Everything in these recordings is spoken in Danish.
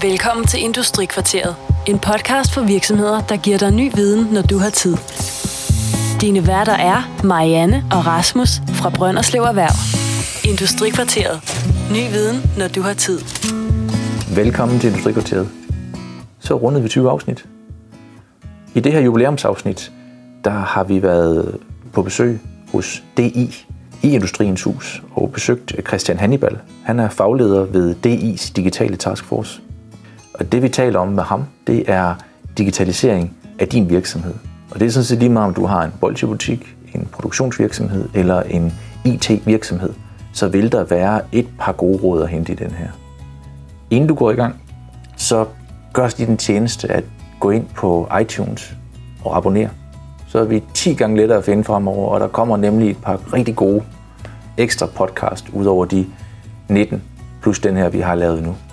Velkommen til Industrikvarteret. En podcast for virksomheder, der giver dig ny viden, når du har tid. Dine værter er Marianne og Rasmus fra Brønderslev Erhverv. Industrikvarteret. Ny viden, når du har tid. Velkommen til Industrikvarteret. Så rundede vi 20 afsnit. I det her jubilæumsafsnit, der har vi været på besøg hos DI i Industriens Hus og besøgt Christian Hannibal. Han er fagleder ved DI's digitale taskforce. Og det vi taler om med ham, det er digitalisering af din virksomhed. Og det er sådan set lige meget, om du har en bolsjebutik, en produktionsvirksomhed eller en IT-virksomhed, så vil der være et par gode råd at hente i den her. Inden du går i gang, så gør os lige den tjeneste at gå ind på iTunes og abonnere. Så er vi 10 gange lettere at finde fremover, og der kommer nemlig et par rigtig gode ekstra podcast ud over de 19 plus den her, vi har lavet nu.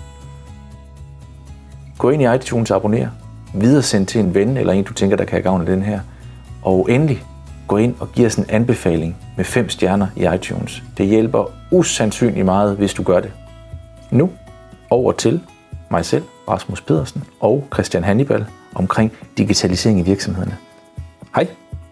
Gå ind i iTunes og abonner. Videresend til en ven eller en, du tænker, der kan have gavn af den her. Og endelig gå ind og giv os en anbefaling med 5 stjerner i iTunes. Det hjælper usandsynligt meget, hvis du gør det. Nu over til mig selv, Rasmus Pedersen og Christian Hannibal omkring digitalisering i virksomhederne. Hej!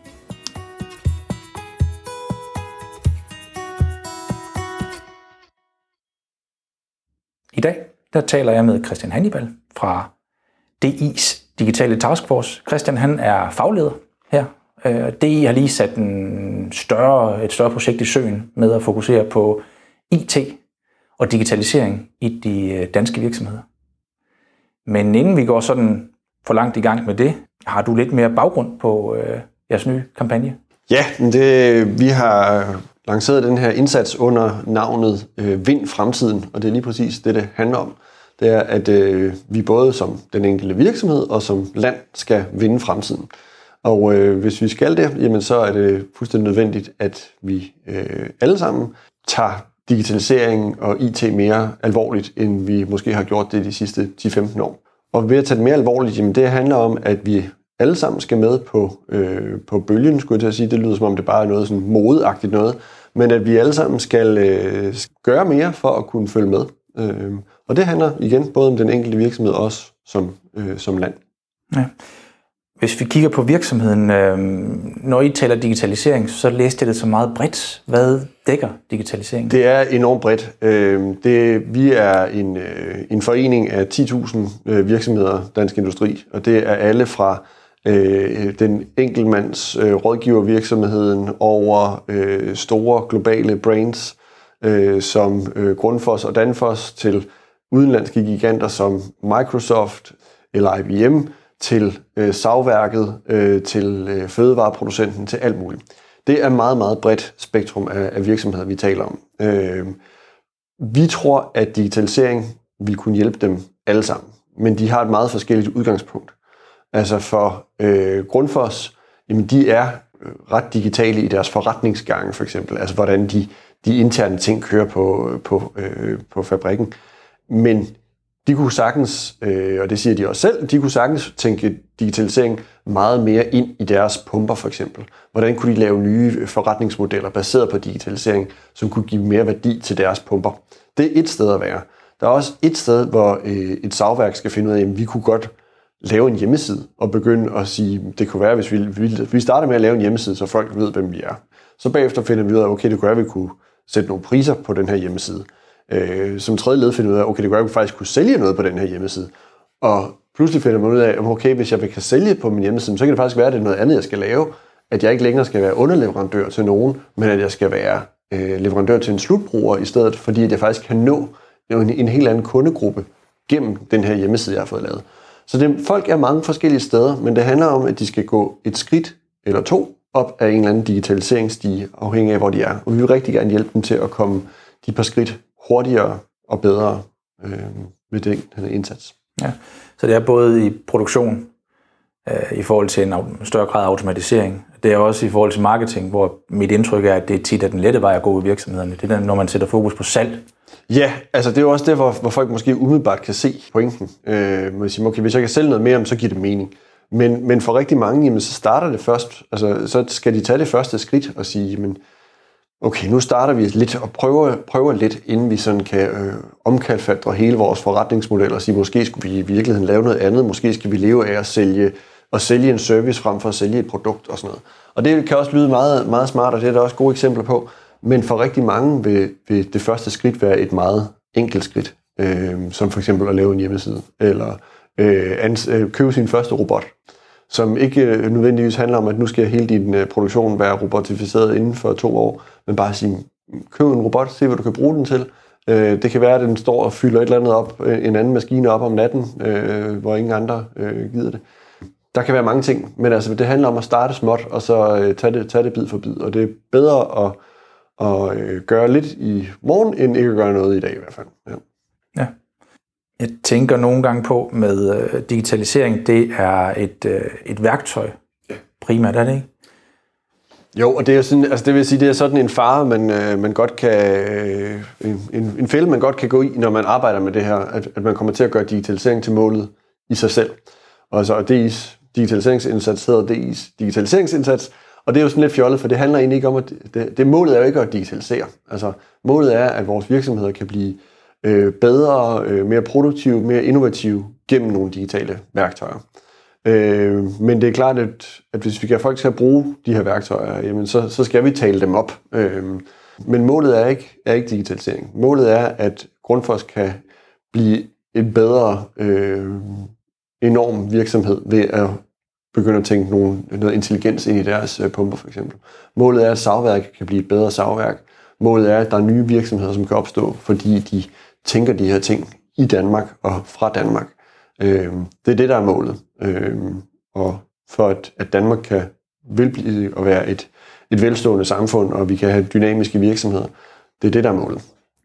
I dag der taler jeg med Christian Hannibal fra DI's digitale taskforce. Christian han er fagleder her. DI har lige sat et større projekt i søen med at fokusere på IT og digitalisering i de danske virksomheder. Men inden vi går sådan for langt i gang med det, har du lidt mere baggrund på jeres nye kampagne? Ja, vi har lanceret den her indsats under navnet Vind Fremtiden, og det er lige præcis det handler om. Det er, at vi både som den enkelte virksomhed og som land skal vinde fremtiden. Og hvis vi skal det, jamen, så er det fuldstændig nødvendigt, at vi alle sammen tager digitalisering og IT mere alvorligt, end vi måske har gjort det de sidste 10-15 år. Og ved at tage det mere alvorligt, jamen, det handler om, at vi alle sammen skal med på bølgen, skulle jeg til at sige. Det lyder som om det bare er noget sådan modeagtigt noget. Men at vi alle sammen skal gøre mere for at kunne følge med. Og det handler igen både om den enkelte virksomhed og også som land. Ja. Hvis vi kigger på virksomheden, når I taler digitalisering, så læste jeg det så meget bredt. Hvad dækker digitalisering? Det er enormt bredt. Vi er en forening af 10.000 virksomheder, Dansk Industri, og det er alle fra den enkeltmands rådgivervirksomheden over store globale brands som Grundfos og Danfoss til udenlandske giganter som Microsoft eller IBM, til savværket, til fødevareproducenten, til alt muligt. Det er meget, meget bredt spektrum af virksomheder, vi taler om. Vi tror, at digitalisering vil kunne hjælpe dem alle sammen, men de har et meget forskelligt udgangspunkt. Altså for Grundfos, jamen de er ret digitale i deres forretningsgange, for eksempel. Altså hvordan de interne ting kører på fabrikken. Men de kunne sagtens, og det siger de også selv, de kunne sagtens tænke digitalisering meget mere ind i deres pumper, for eksempel. Hvordan kunne de lave nye forretningsmodeller baseret på digitalisering, som kunne give mere værdi til deres pumper? Det er et sted at være. Der er også et sted, hvor et savværk skal finde ud af, at vi kunne godt lave en hjemmeside og begynde at sige, det kunne være, hvis vi starter med at lave en hjemmeside, så folk ved, hvem vi er. Så bagefter finder vi ud af, okay, det kunne være, at vi kunne sætte nogle priser på den her hjemmeside. Som tredje led finder ud af, okay, det kunne være, at vi faktisk kunne sælge noget på den her hjemmeside. Og pludselig finder man ud af, okay, hvis jeg kan sælge på min hjemmeside, så kan det faktisk være, at det er noget andet, jeg skal lave. At jeg ikke længere skal være underleverandør til nogen, men at jeg skal være leverandør til en slutbruger i stedet, fordi at jeg faktisk kan nå en helt anden kundegruppe gennem den her hjemmeside, jeg har fået lavet. Så folk er mange forskellige steder, men det handler om, at de skal gå et skridt eller 2 op af en eller anden digitaliseringsstige, afhængig af, hvor de er. Og vi vil rigtig gerne hjælpe dem til at komme de par skridt hurtigere og bedre med den indsats. Ja. Så det er både i produktion, i forhold til en større grad af automatisering. Det er også i forhold til marketing, hvor mit indtryk er, at det tit er den lette vej at gå i virksomhederne. Det er når man sætter fokus på salg. Ja, altså det er jo også det, hvor folk måske umiddelbart kan se pointen. Okay, hvis jeg kan sælge noget mere, så giver det mening. Men for rigtig mange, jamen, så starter det først. Altså, så skal de tage det første skridt og sige, jamen, okay, nu starter vi lidt og prøver lidt, inden vi sådan kan omkalfatre hele vores forretningsmodel og sige, måske skulle vi i virkeligheden lave noget andet, måske skal vi leve af at sælge en service frem for at sælge et produkt og sådan noget. Og det kan også lyde meget, meget smart, og det er der også gode eksempler på, men for rigtig mange vil det første skridt være et meget enkelt skridt, som for eksempel at lave en hjemmeside, eller købe sin første robot, som ikke nødvendigvis handler om, at nu skal hele din produktion være robotificeret inden for 2 år, men bare sige, køb en robot, se hvad du kan bruge den til. Det kan være, at den står og fylder et eller andet op, en anden maskine op om natten, hvor ingen andre gider det. Der kan være mange ting, men altså, det handler om at starte småt, og så tage det bid for bid. Og det er bedre at gøre lidt i morgen, end ikke at gøre noget i dag i hvert fald. Ja. Jeg tænker nogle gange på med digitalisering, det er et værktøj primært, er det ikke? Jo, og det er sådan, altså det vil sige, det er sådan en fare, man godt kan en fælde, man godt kan gå i, når man arbejder med det her, at man kommer til at gøre digitalisering til målet i sig selv. Og så DI's digitaliseringsindsats hedder DI's digitaliseringsindsats, og det er jo sådan lidt fjollet, for det handler egentlig ikke om, at det målet er jo ikke at digitalisere. Altså målet er, at vores virksomheder kan blive bedre, mere produktive, mere innovative gennem nogle digitale værktøjer. Men det er klart, at hvis vi kan folk til at bruge de her værktøjer, jamen så skal vi tale dem op. Men målet er ikke digitalisering. Målet er, at Grundfos kan blive en bedre enorm virksomhed ved at begynde at tænke noget intelligens ind i deres pumper for eksempel. Målet er, at savværk kan blive et bedre savværk. Målet er, at der er nye virksomheder, som kan opstå, fordi de tænker de her ting i Danmark og fra Danmark. Det er det, der er målet. Og for at Danmark vil blive og være et velstående samfund, og vi kan have dynamiske virksomheder, det er det, der er målet.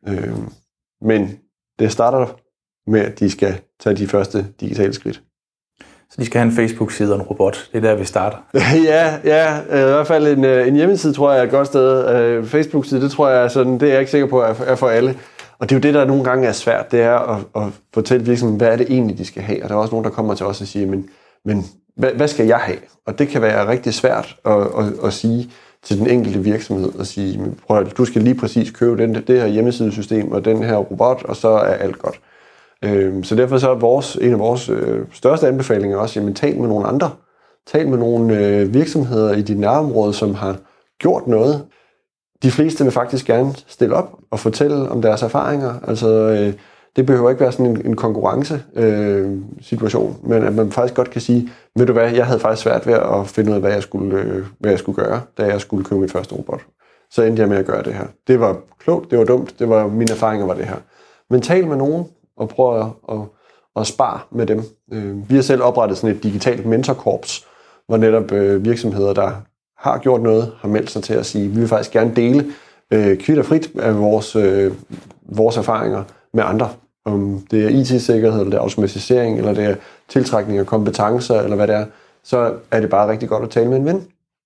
Men det starter med, at de skal tage de første digitale skridt. Så de skal have en Facebook-side og en robot. Det er der, vi starter. ja, i hvert fald en hjemmeside, tror jeg er et godt sted. Facebook-side, det tror jeg sådan, det er jeg ikke sikker på er for alle. Og det er jo det, der nogle gange er svært, det er at fortælle virksomheden, hvad er det egentlig, de skal have. Og der er også nogen, der kommer til os og siger, men hvad skal jeg have? Og det kan være rigtig svært at sige til den enkelte virksomhed, og sige, prøv at du skal lige præcis købe det her hjemmesidesystem og den her robot, og så er alt godt. Så derfor så er en af vores største anbefalinger også, jamen tal med nogle andre. Tal med nogle virksomheder i dit nærområde, som har gjort noget. De fleste vil faktisk gerne stille op og fortælle om deres erfaringer. Altså, det behøver ikke være sådan en konkurrencesituation, men at man faktisk godt kan sige, ved du hvad, jeg havde faktisk svært ved at finde ud af, hvad jeg skulle gøre, da jeg skulle købe mit første robot. Så endte jeg med at gøre det her. Det var klogt, det var dumt, mine erfaringer var det her. Men tal med nogen, og prøv at spare med dem. Vi har selv oprettet sådan et digitalt mentorkorps, hvor netop virksomheder, der har gjort noget, har meldt sig til at sige, vi vil faktisk gerne dele kvit og frit af vores erfaringer med andre. Om det er IT-sikkerhed, eller det er automatisering, eller det er tiltrækning af kompetencer, eller hvad det er, så er det bare rigtig godt at tale med en ven.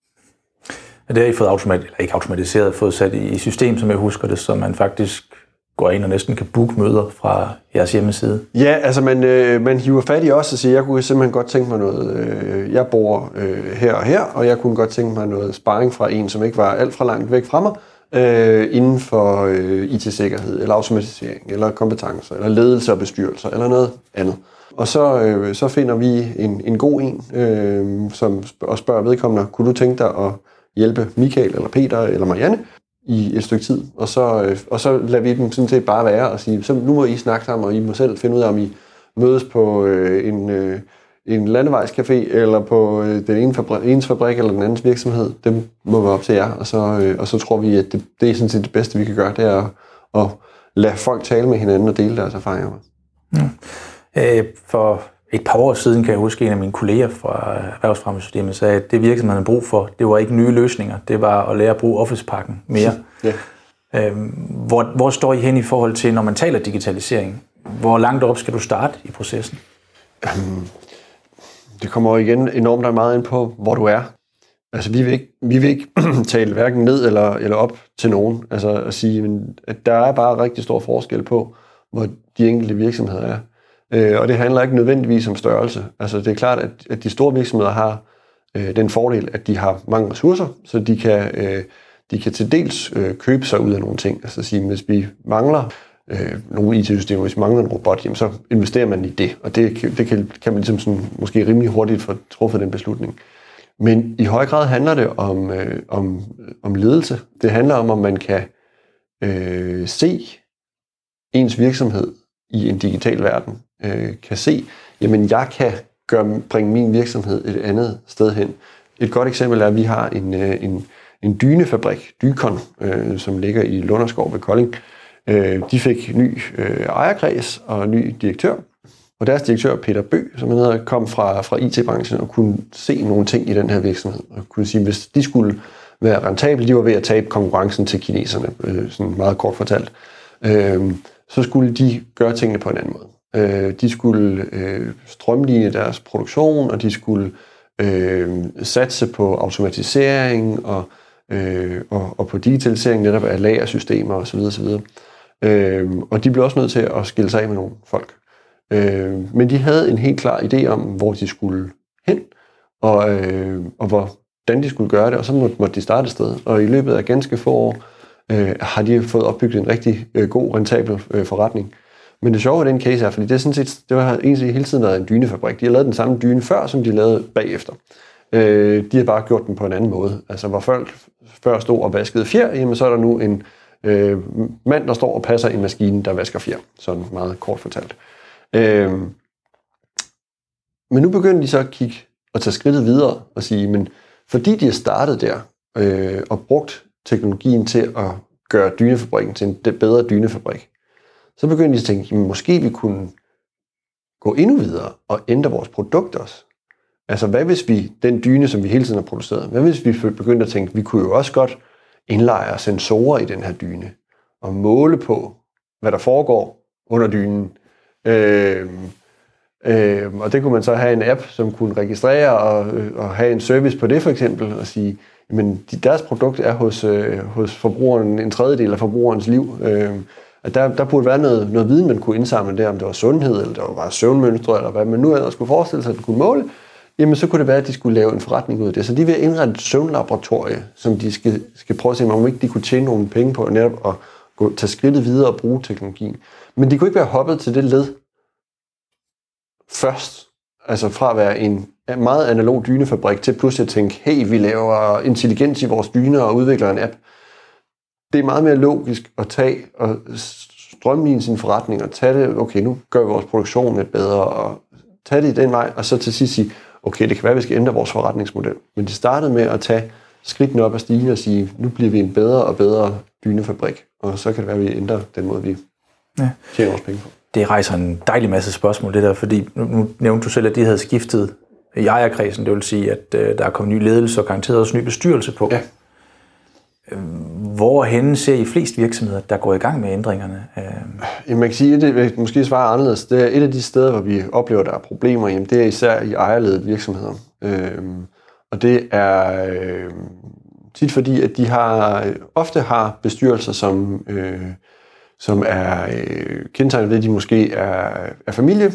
Det har I fået fået sat i system, som jeg husker det, så man faktisk går ind og næsten kan booke møder fra jeres hjemmeside. Ja, altså man hiver fat i os og siger, jeg kunne simpelthen godt tænke mig noget, jeg bor her og her, og jeg kunne godt tænke mig noget sparring fra en, som ikke var alt for langt væk fra mig, inden for IT-sikkerhed, eller automatisering, eller kompetencer, eller ledelse og bestyrelser, eller noget andet. Og så finder vi en god en, som spørger vedkommende, kunne du tænke dig at hjælpe Michael, eller Peter, eller Marianne i et stykke tid, og så lader vi dem sådan set bare være og sige, så nu må I snakke sammen, og I må selv finde ud af, om I mødes på en landevejscafé, eller på den ene fabrik, eller den andens virksomhed. Det må være op til jer, og så tror vi, at det er sådan set det bedste, vi kan gøre, det er at lade folk tale med hinanden og dele deres erfaringer. For et par år siden kan jeg huske, en af mine kolleger fra Erhvervsfremmesystemet sagde, at det virksomheden havde brug for, det var ikke nye løsninger, det var at lære at bruge Office-pakken mere. Ja. Hvor står I hen i forhold til, når man taler digitalisering? Hvor langt op skal du starte i processen? Det kommer igen enormt meget ind på, hvor du er. Altså, vi vil ikke tale hverken ned eller op til nogen. Altså at sige, at der er bare rigtig stor forskel på, hvor de enkelte virksomheder er. Og det handler ikke nødvendigvis om størrelse. Altså det er klart, at de store virksomheder har den fordel, at de har mange ressourcer, så de kan til dels købe sig ud af nogle ting. Altså sige, hvis vi mangler nogle IT-systemer, hvis vi mangler en robot, jamen, så investerer man i det. Og det kan man ligesom sådan, måske rimelig hurtigt få truffet den beslutning. Men i høj grad handler det om ledelse. Det handler om man kan se ens virksomhed i en digital verden. Kan se, jamen jeg kan bringe min virksomhed et andet sted hen. Et godt eksempel er, at vi har en dynefabrik, Dykon, som ligger i Lunderskov ved Kolding. De fik ny ejerkreds og ny direktør. Og deres direktør, Peter Bøg, som han hedder, kom fra IT-branchen og kunne se nogle ting i den her virksomhed. Og kunne sige, hvis de skulle være rentable, de var ved at tabe konkurrencen til kineserne, sådan meget kort fortalt, så skulle de gøre tingene på en anden måde. De skulle strømline deres produktion, og de skulle satse på automatisering og på digitalisering netop af lagersystemer osv. Og de blev også nødt til at skille sig af med nogle folk. Men de havde en helt klar idé om, hvor de skulle hen, og hvordan de skulle gøre det, og så måtte de starte et sted. Og i løbet af ganske få år har de fået opbygget en rigtig god, rentabel forretning. Men det sjove i den case er, fordi det har egentlig hele tiden været en dynefabrik. De har lavet den samme dyne før, som de lavede bagefter. De har bare gjort den på en anden måde. Altså, hvor folk før stod og vaskede fjer, jamen, så er der nu en mand, der står og passer en maskine, der vasker fjer. Sådan meget kort fortalt. Men nu begynder de så at kigge og tage skridtet videre og sige, men fordi de har startet der og brugt teknologien til at gøre dynefabrikken til en bedre dynefabrik, så begynder de at tænke, at måske vi kunne gå endnu videre og ændre vores produkt også. Altså hvad hvis vi, den dyne, som vi hele tiden har produceret, hvad hvis vi begyndte at tænke, at vi kunne jo også godt indlejre sensorer i den her dyne og måle på, hvad der foregår under dynen. Og det kunne man så have en app, som kunne registrere og have en service på det for eksempel, og sige, men deres produkt er hos forbrugeren en tredjedel af forbrugerens liv. At der burde være noget viden, man kunne indsamle der, om det var sundhed, eller det var søvnmønstre, eller hvad man nu ellers skulle forestille sig, at den kunne måle. Jamen så kunne det være, at de skulle lave en forretning ud af det. Så de vil indrette et søvnlaboratorie, som de skal prøve at se, om ikke de kunne tjene nogle penge på, netop at tage skridtet videre og bruge teknologien. Men de kunne ikke være hoppet til det led først. Altså fra at være en meget analog dynefabrik til pludselig at tænke, hey, vi laver intelligens i vores dyner og udvikler en app. Det er meget mere logisk at tage og strømline sin forretning og tage det, okay, nu gør vi vores produktion lidt bedre og tage det i den vej, og så til sidst sige, okay, det kan være, at vi skal ændre vores forretningsmodel. Men det startede med at tage skridtene op ad stigen og sige, nu bliver vi en bedre og bedre dynefabrik, og så kan det være, at vi ændrer den måde, vi tjener vores penge på. Det rejser en dejlig masse spørgsmål, det der, fordi nu nævnte du selv, at de havde skiftet i ejerkredsen, det vil sige, at der er kommet ny ledelse og garanteret også ny bestyrelse på. Ja. Hvorhenne ser I flest virksomheder, der går i gang med ændringerne? Jamen, man kan sige, at det måske svarer anderledes. Det er et af de steder, hvor vi oplever, at der er problemer. Jamen, det er især i ejerledede virksomheder. Og det er tit fordi, at de ofte har bestyrelser, som er kendetegnet ved, at de måske er familie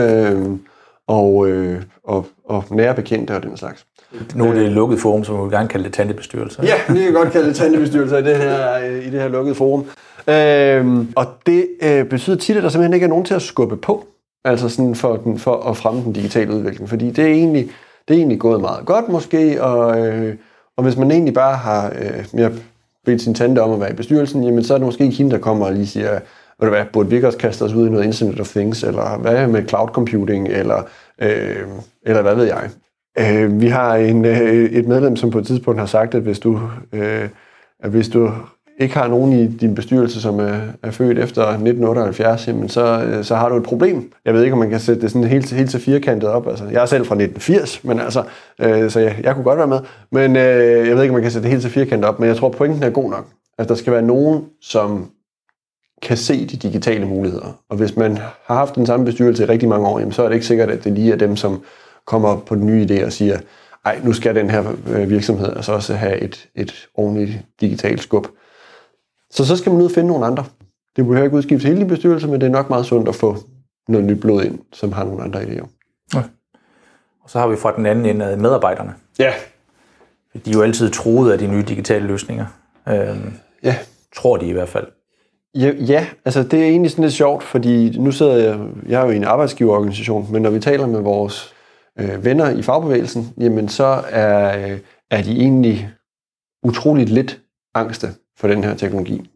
og nære bekendte og den slags. Nu er det et lukket forum, som vi vil gerne kalde det tandebestyrelser. Ja, vi kan godt kalde det tandebestyrelser i det her lukkede forum. Og det betyder tit, at der simpelthen ikke er nogen til at skubbe på, altså sådan for at fremme den digitale udvikling. Fordi det er egentlig gået meget godt måske, og hvis man egentlig bare har bedt sin tante om at være i bestyrelsen, jamen så er det måske ikke hende, der kommer og lige siger, ved du hvad, burde vi ikke også kaste os ud i noget Internet of Things, eller hvad med cloud computing, eller hvad ved jeg. Vi har et medlem, som på et tidspunkt har sagt, at hvis du ikke har nogen i din bestyrelse, som er født efter 1978, jamen så har du et problem. Jeg ved ikke, om man kan sætte det sådan helt så firkantet op. Altså, jeg er selv fra 1980, men altså, så jeg kunne godt være med. Men jeg ved ikke, om man kan sætte det helt så firkantet op, men jeg tror, pointen er god nok. Altså, der skal være nogen, som kan se de digitale muligheder. Og hvis man har haft den samme bestyrelse i rigtig mange år, jamen, så er det ikke sikkert, at det lige er dem, som kommer på den nye idé og siger, ej, nu skal den her virksomhed altså også have et ordentligt digitalt skub. Så skal man ud og finde nogle andre. Det behøver ikke udskifte hele din bestyrelse, men det er nok meget sundt at få noget nyt blod ind, som har nogle andre idéer. Ja. Og så har vi fra den anden ende af medarbejderne. Ja. De er jo altid truet af de nye digitale løsninger. Ja. Tror de i hvert fald. Ja, altså det er egentlig sådan lidt sjovt, fordi nu sidder jeg er jo i en arbejdsgiverorganisation, men når vi taler med vores venner i fagbevægelsen, jamen så er de egentlig utroligt lidt angste for den her teknologi.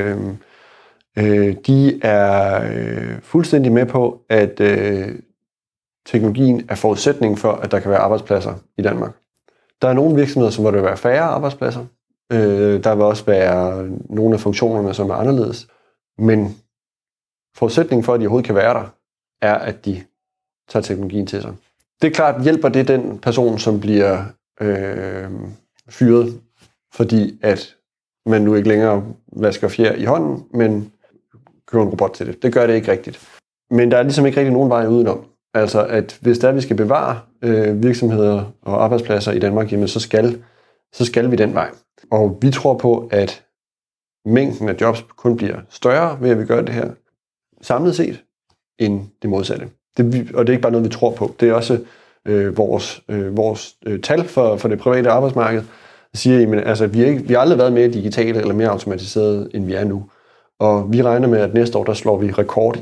De er fuldstændig med på, at teknologien er forudsætning for, at der kan være arbejdspladser i Danmark. Der er nogle virksomheder, hvor der vil være færre arbejdspladser. Der vil også være nogle af funktionerne, som er anderledes. Men forudsætningen for, at de overhovedet kan være der, er, at de tager teknologien til sig. Det er klart, hjælper det den person, som bliver fyret, fordi at man nu ikke længere vasker fjer i hånden, men køber en robot til det. Det gør det ikke rigtigt. Men der er ligesom ikke rigtig nogen vej udenom. Altså, at hvis der vi skal bevare virksomheder og arbejdspladser i Danmark, jamen så skal vi den vej. Og vi tror på, at mængden af jobs kun bliver større ved, at vi gør det her samlet set, end det modsatte. Og det er ikke bare noget, vi tror på. Det er også vores tal for det private arbejdsmarked, der siger, at vi har aldrig været mere digitale eller mere automatiseret, end vi er nu. Og vi regner med, at næste år, der slår vi rekord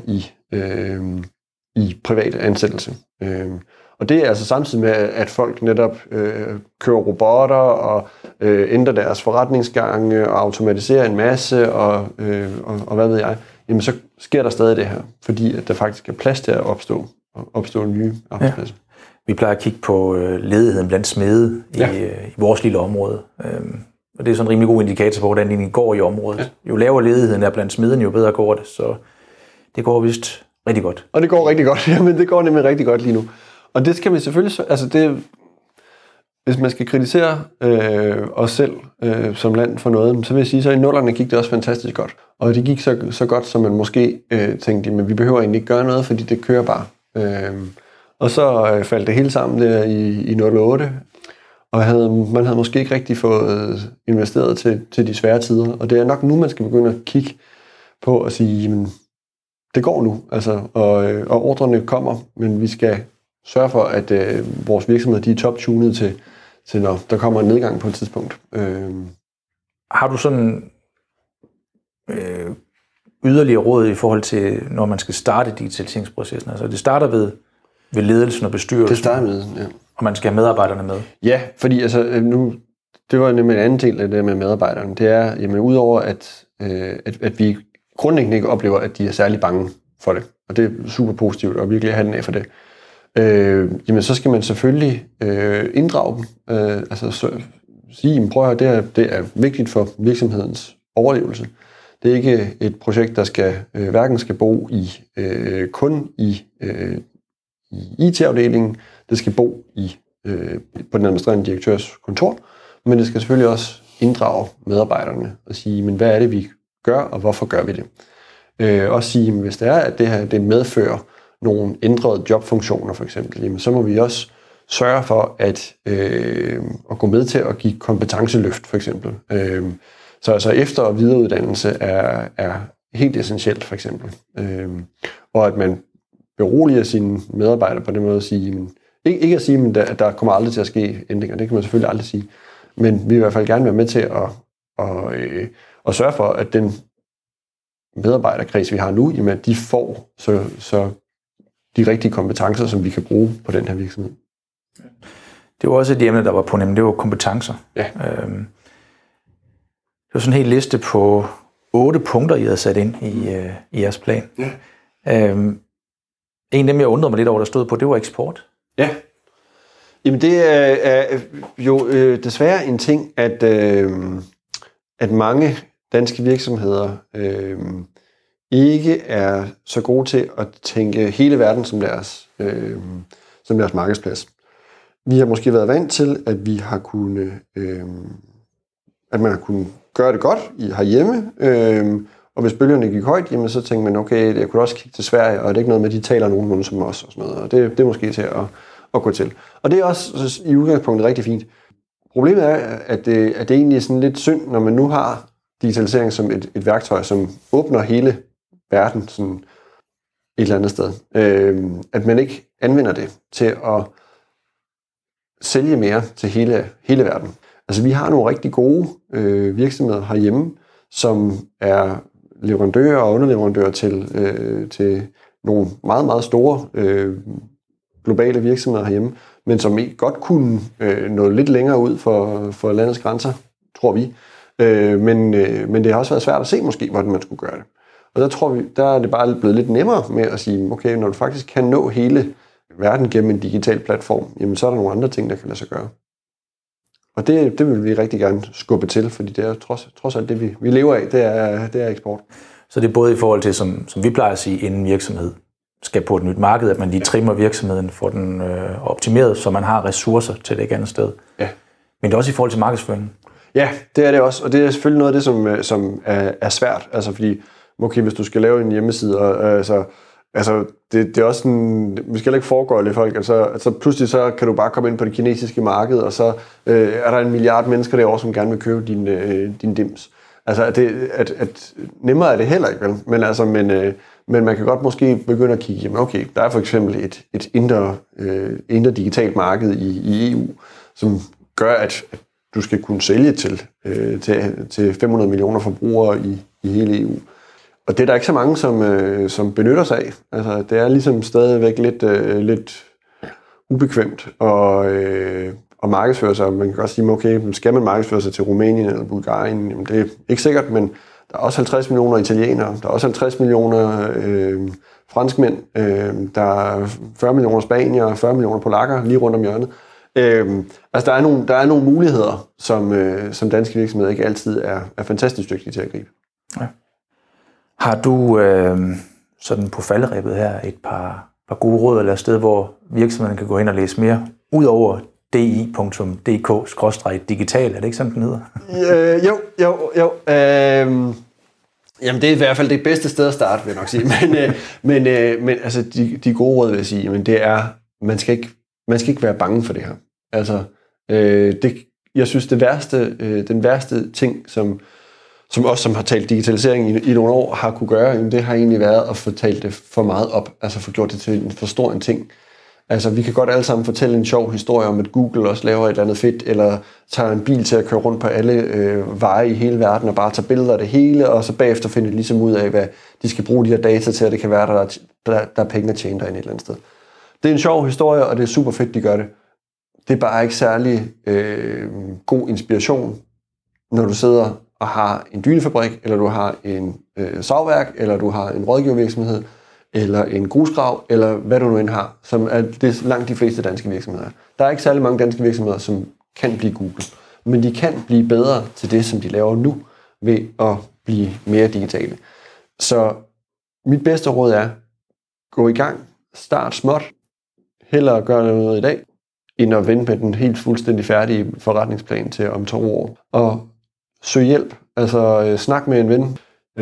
i privat ansættelse. Og det er altså samtidig med, at folk netop kører robotter og ændrer deres forretningsgange og automatiserer en masse og hvad ved jeg. Jamen så sker der stadig det her, fordi at der faktisk er plads til at opstå nye arbejdspladser. Ja. Vi plejer at kigge på ledigheden blandt smede i vores lille område. Og det er sådan en rimelig god indikator på, hvordan det går i området. Ja. Jo lavere ledigheden er blandt smeden, jo bedre går det. Så det går vist rigtig godt. Og det går rigtig godt. Jamen, det går nemlig rigtig godt lige nu. Og det skal vi selvfølgelig... Altså hvis man skal kritisere os selv som land for noget, så vil jeg sige, så i 00'erne gik det også fantastisk godt. Og det gik så godt, som man måske tænkte, men vi behøver egentlig ikke gøre noget, fordi det kører bare. Og så faldt det hele sammen der i 08, og man havde måske ikke rigtig fået investeret til de svære tider. Og det er nok nu, man skal begynde at kigge på og sige, jamen, det går nu, altså, og ordrene kommer, men vi skal sørge for, at vores virksomheder de er top-tunet til, når der kommer en nedgang på et tidspunkt. Har du sådan yderligere råd i forhold til, når man skal starte digitaliseringsprocessen? Altså det starter ved ledelsen og bestyrelsen. Det starter med, ja. Og man skal have medarbejderne med. Ja, fordi altså nu, det var nemlig en anden del af det med medarbejderne. Det er, jamen udover at vi grundlæggende ikke oplever, at de er særlig bange for det. Og det er super positivt, og virkelig have den af for det. Jamen så skal man selvfølgelig inddrage dem. Sige, prøv at høre, det er vigtigt for virksomhedens overlevelse. Det er ikke et projekt, der hverken skal bo kun i IT-afdelingen, det skal bo på den administrerende direktørs kontor, men det skal selvfølgelig også inddrage medarbejderne og sige, men hvad er det, vi gør, og hvorfor gør vi det? Også sige, hvis det er, at det her det medfører nogle ændrede jobfunktioner for eksempel, jamen, så må vi også sørge for at gå med til at give kompetenceløft for eksempel. Så altså efter- og videreuddannelse er helt essentielt for eksempel. Og at man beroliger sine medarbejdere på den måde at sige, ikke at sige, at der kommer aldrig til at ske ændringer, det kan man selvfølgelig aldrig sige, men vi vil i hvert fald gerne være med til at sørge for, at den medarbejderkreds, vi har nu, jamen, at de får så de rigtige kompetencer, som vi kan bruge på den her virksomhed. Det var også et emne, der var på, nemlig det var kompetencer. Ja. Det var sådan en hel liste på 8 punkter, I havde sat ind i jeres plan. Ja. En af dem, jeg undrede mig lidt over, der stod på, det var eksport. Ja. Jamen det er jo desværre en ting, at mange danske virksomheder ikke er så gode til at tænke hele verden som deres markedsplads. Vi har måske været vant til, at vi har kunnet, at man har kunnet gøre det godt herhjemme, og hvis bølgerne gik højt, jamen, så tænkte man, okay, jeg kunne også kigge til Sverige, og det er ikke noget med, at de taler nogenlunde som os og sådan noget, og det er måske til at gå til. Og det er også i udgangspunktet rigtig fint. Problemet er, at det egentlig er sådan lidt synd, når man nu har digitalisering som et værktøj, som åbner hele verden sådan et eller andet sted. At man ikke anvender det til at sælge mere til hele verden. Altså vi har nogle rigtig gode virksomheder herhjemme, som er leverandører og underleverandører til nogle meget, meget store globale virksomheder herhjemme, men som ikke godt kunne nå lidt længere ud for landets grænser, tror vi. Men det har også været svært at se måske, hvordan man skulle gøre det. Og der tror vi, der er det bare blevet lidt nemmere med at sige, okay, når du faktisk kan nå hele verden gennem en digital platform, jamen så er der nogle andre ting, der kan lade sig gøre. Og det vil vi rigtig gerne skubbe til, fordi det er trods alt det, vi lever af, det er eksport. Så det er både i forhold til, som vi plejer at sige, inden virksomhed skal på et nyt marked, at man lige trimmer virksomheden, får den optimeret, så man har ressourcer til det ikke andet sted. Ja. Men det er også i forhold til markedsføringen. Ja, det er det også, og det er selvfølgelig noget af det, som er svært, altså fordi, okay, hvis du skal lave en hjemmeside, og det er også sådan, vi skal ikke foregøjle folk, altså pludselig så kan du bare komme ind på det kinesiske marked, og så er der 1 milliard mennesker derovre, som gerne vil købe din dims. Altså, at nemmere er det heller ikke, vel? Men man kan godt måske begynde at kigge, jamen okay, der er for eksempel et indre digitalt marked i EU, som gør, at du skal kunne sælge til 500 millioner forbrugere i hele EU. Og det er der ikke så mange, som benytter sig af. Altså, det er ligesom stadigvæk lidt ubekvemt at markedsføre sig. Man kan godt sige, okay, skal man markedsføre sig til Rumænien eller Bulgarien? Jamen, det er ikke sikkert, men der er også 50 millioner italienere, der er også 50 millioner franskmænd, der er 40 millioner spanier, 40 millioner polakker lige rundt om hjørnet. Altså, der er nogle muligheder, som danske virksomheder ikke altid er fantastisk dygtige til at gribe. Ja. Har du sådan på falderebet her et par gode råd eller et sted, hvor virksomheden kan gå ind og læse mere, ud over di.dk/digital, er det ikke sådan, den hedder? Jo. Jamen, det er i hvert fald det bedste sted at starte, vil jeg nok sige. Men altså, de gode råd, vil jeg sige, men det er, man skal ikke være bange for det her. Altså, jeg synes, den værste ting, som os, som har talt digitalisering i nogle år, har kunne gøre, det har egentlig været at få talt det for meget op, altså få gjort det til en for stor en ting. Altså, vi kan godt alle sammen fortælle en sjov historie om, at Google også laver et eller andet fedt, eller tager en bil til at køre rundt på alle veje i hele verden, og bare tager billeder af det hele, og så bagefter finder de ligesom ud af, hvad de skal bruge de her data til, og det kan være, der er penge at tjene derinde et eller andet sted. Det er en sjov historie, og det er super fedt, de gør det. Det er bare ikke særlig god inspiration, når du sidder og har en dynefabrik, eller du har en savværk, eller du har en rådgivervirksomhed, eller en grusgrav, eller hvad du nu end har, som er det langt de fleste danske virksomheder. Der er ikke særlig mange danske virksomheder, som kan blive Google, men de kan blive bedre til det, som de laver nu, ved at blive mere digitale. Så mit bedste råd er, gå i gang, start småt, hellere gøre noget i dag, end at vente med den helt fuldstændig færdige forretningsplan til om 2 år. Og søg hjælp, altså snak med en ven,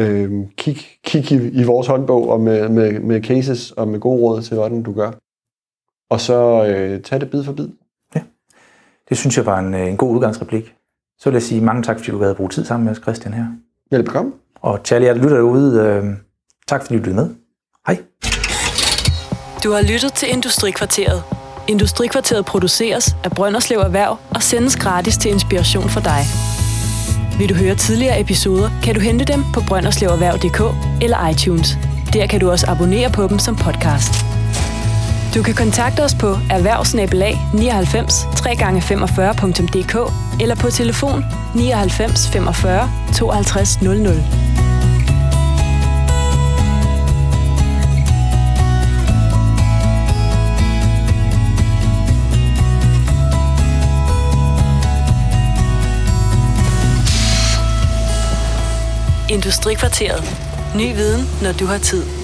kig i vores håndbog og med cases og med gode råd til, hvordan du gør. Og så tag det bid for bid. Ja, det synes jeg var en god udgangsreplik. Så vil jeg sige mange tak, fordi du havde brugt tid sammen med os, Christian, her. Velbekomme. Og til alle jer, der lytter derude, tak fordi du lyttede med. Hej. Du har lyttet til Industrikvarteret. Industrikvarteret produceres af Brønderslev Erhverv og sendes gratis til inspiration for dig. Vil du høre tidligere episoder, kan du hente dem på brønderslevererhverv.dk eller iTunes. Der kan du også abonnere på dem som podcast. Du kan kontakte os på erhvervsnabelag99 3x45.dk eller på telefon 99 45 52 00. Industrikvarteret. Ny viden, når du har tid.